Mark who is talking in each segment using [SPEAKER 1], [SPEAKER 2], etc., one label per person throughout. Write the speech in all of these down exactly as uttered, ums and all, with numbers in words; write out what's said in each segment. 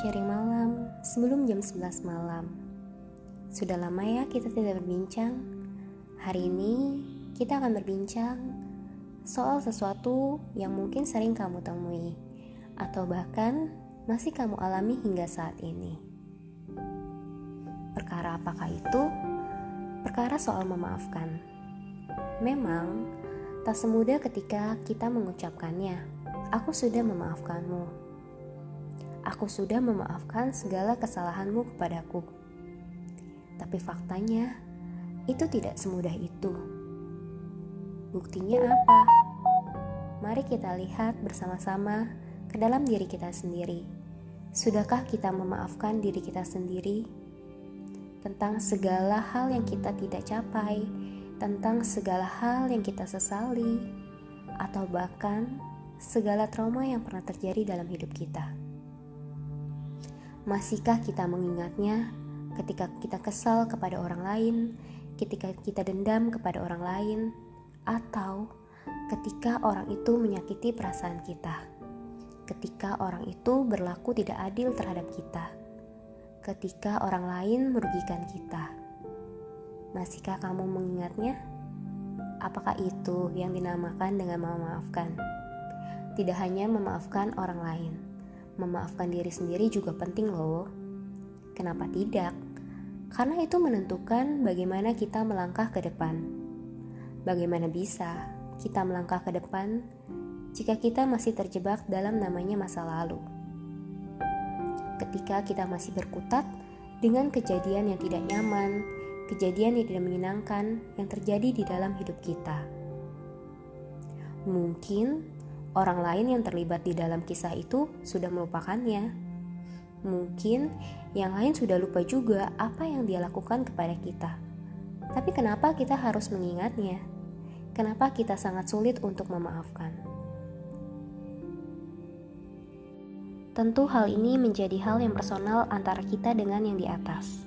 [SPEAKER 1] sharing malam sebelum jam sebelas malam. Sudah lama ya kita tidak berbincang. Hari ini kita akan berbincang soal sesuatu yang mungkin sering kamu temui atau bahkan masih kamu alami hingga saat ini. Perkara apakah itu? Perkara soal memaafkan. Memang tak semudah ketika kita mengucapkannya. Aku sudah memaafkanmu. Aku sudah memaafkan segala kesalahanmu kepadaku. Tapi faktanya, itu tidak semudah itu. Buktinya apa? Mari kita lihat bersama-sama ke dalam diri kita sendiri. Sudahkah kita memaafkan diri kita sendiri? Tentang segala hal yang kita tidak capai, tentang segala hal yang kita sesali, atau bahkan segala trauma yang pernah terjadi dalam hidup kita. Masihkah kita mengingatnya ketika kita kesal kepada orang lain, ketika kita dendam kepada orang lain, atau ketika orang itu menyakiti perasaan kita, ketika orang itu berlaku tidak adil terhadap kita, ketika orang lain merugikan kita? Masihkah kamu mengingatnya? Apakah itu yang dinamakan dengan memaafkan? Tidak hanya memaafkan orang lain, memaafkan diri sendiri juga penting loh. Kenapa tidak? Karena itu menentukan bagaimana kita melangkah ke depan. Bagaimana bisa kita melangkah ke depan jika kita masih terjebak dalam namanya masa lalu? Ketika kita masih berkutat dengan kejadian yang tidak nyaman, kejadian yang tidak menyenangkan yang terjadi di dalam hidup kita. Mungkin orang lain yang terlibat di dalam kisah itu sudah melupakannya. Mungkin yang lain sudah lupa juga apa yang dia lakukan kepada kita. Tapi kenapa kita harus mengingatnya? Kenapa kita sangat sulit untuk memaafkan? Tentu hal ini menjadi hal yang personal antara kita dengan yang di atas.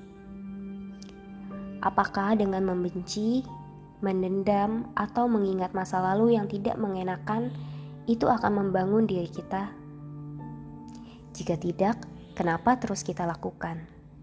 [SPEAKER 1] Apakah dengan membenci, mendendam, atau mengingat masa lalu yang tidak mengenakan itu akan membangun diri kita? Jika tidak, kenapa terus kita lakukan?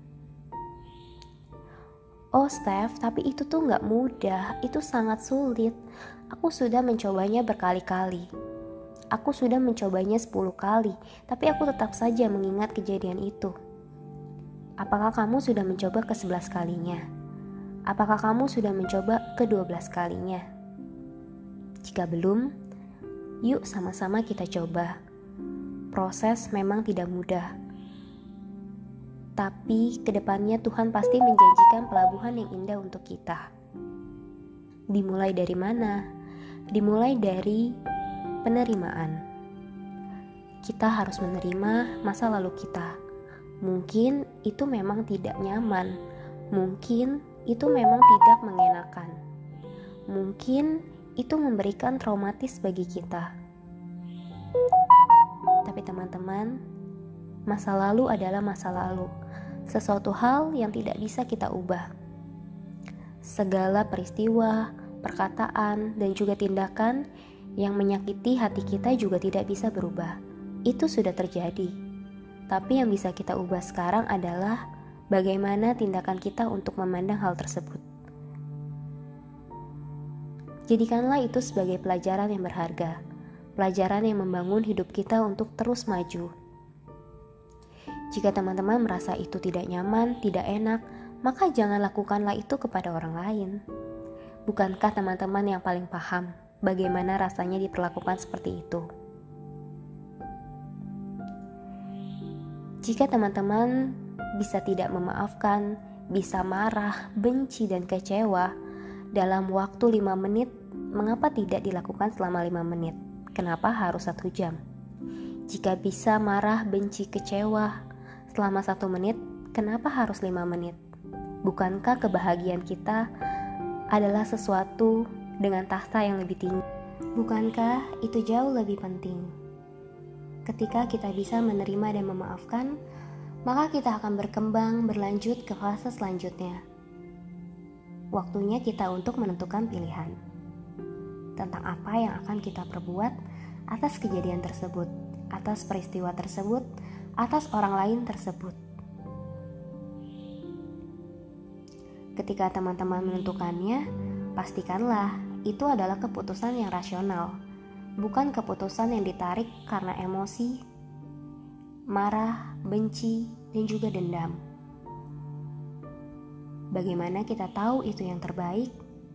[SPEAKER 1] Oh Steph, tapi itu tuh gak mudah, itu sangat sulit. Aku sudah mencobanya berkali-kali. Aku sudah mencobanya sepuluh kali, tapi aku tetap saja mengingat kejadian itu. Apakah kamu sudah mencoba ke sebelas kalinya? Apakah kamu sudah mencoba ke dua belas kalinya? Jika belum, yuk sama-sama kita coba. Proses memang tidak mudah, tapi kedepannya Tuhan pasti menjanjikan pelabuhan yang indah untuk kita. Dimulai dari mana? Dimulai dari penerimaan. Kita harus menerima masa lalu kita. Mungkin itu memang tidak nyaman. Mungkin itu memang tidak mengenakan. Mungkin itu memberikan traumatis bagi kita. Tapi teman-teman, masa lalu adalah masa lalu. Sesuatu hal yang tidak bisa kita ubah. Segala peristiwa, perkataan, dan juga tindakan yang menyakiti hati kita juga tidak bisa berubah. Itu sudah terjadi. Tapi yang bisa kita ubah sekarang adalah bagaimana tindakan kita untuk memandang hal tersebut. Jadikanlah itu sebagai pelajaran yang berharga, pelajaran yang membangun hidup kita untuk terus maju. Jika teman-teman merasa itu tidak nyaman, tidak enak, maka jangan lakukanlah itu kepada orang lain. Bukankah teman-teman yang paling paham bagaimana rasanya diperlakukan seperti itu? Jika teman-teman bisa tidak memaafkan, bisa marah, benci, dan kecewa dalam waktu lima menit, mengapa tidak dilakukan selama lima menit? Kenapa harus satu jam? Jika bisa marah, benci, kecewa selama satu menit, kenapa harus lima menit? Bukankah kebahagiaan kita adalah sesuatu dengan tahta yang lebih tinggi? Bukankah itu jauh lebih penting? Ketika kita bisa menerima dan memaafkan, maka kita akan berkembang berlanjut ke fase selanjutnya. Waktunya kita untuk menentukan pilihan tentang apa yang akan kita perbuat atas kejadian tersebut, atas peristiwa tersebut, atas orang lain tersebut. Ketika teman-teman menentukannya, pastikanlah itu adalah keputusan yang rasional, bukan keputusan yang ditarik karena emosi, marah, benci, dan juga dendam. Bagaimana kita tahu itu yang terbaik?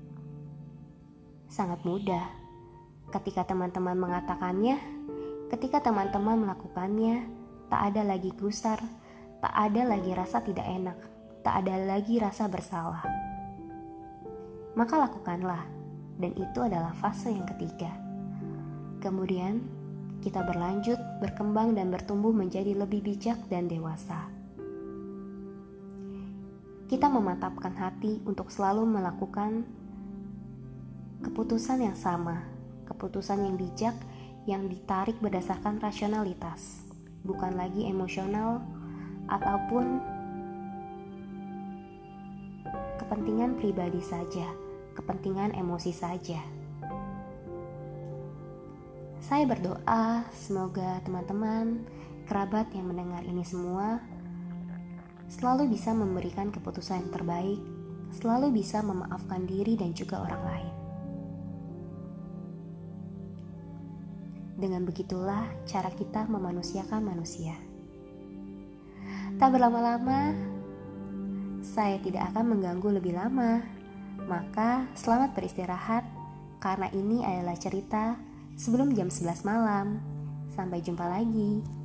[SPEAKER 1] Sangat mudah. Ketika teman-teman mengatakannya, ketika teman-teman melakukannya, tak ada lagi gusar, tak ada lagi rasa tidak enak, tak ada lagi rasa bersalah. Maka lakukanlah, dan itu adalah fase yang ketiga. Kemudian, kita berlanjut, berkembang, dan bertumbuh menjadi lebih bijak dan dewasa. Kita memantapkan hati untuk selalu melakukan keputusan yang sama, keputusan yang bijak yang ditarik berdasarkan rasionalitas, bukan lagi emosional ataupun kepentingan pribadi saja, kepentingan emosi saja. Saya berdoa semoga teman-teman, kerabat yang mendengar ini semua selalu bisa memberikan keputusan yang terbaik, selalu bisa memaafkan diri dan juga orang lain. Dengan begitulah cara kita memanusiakan manusia. Tak berlama-lama, saya tidak akan mengganggu lebih lama. Maka selamat beristirahat, karena ini adalah cerita sebelum jam sebelas malam. Sampai jumpa lagi.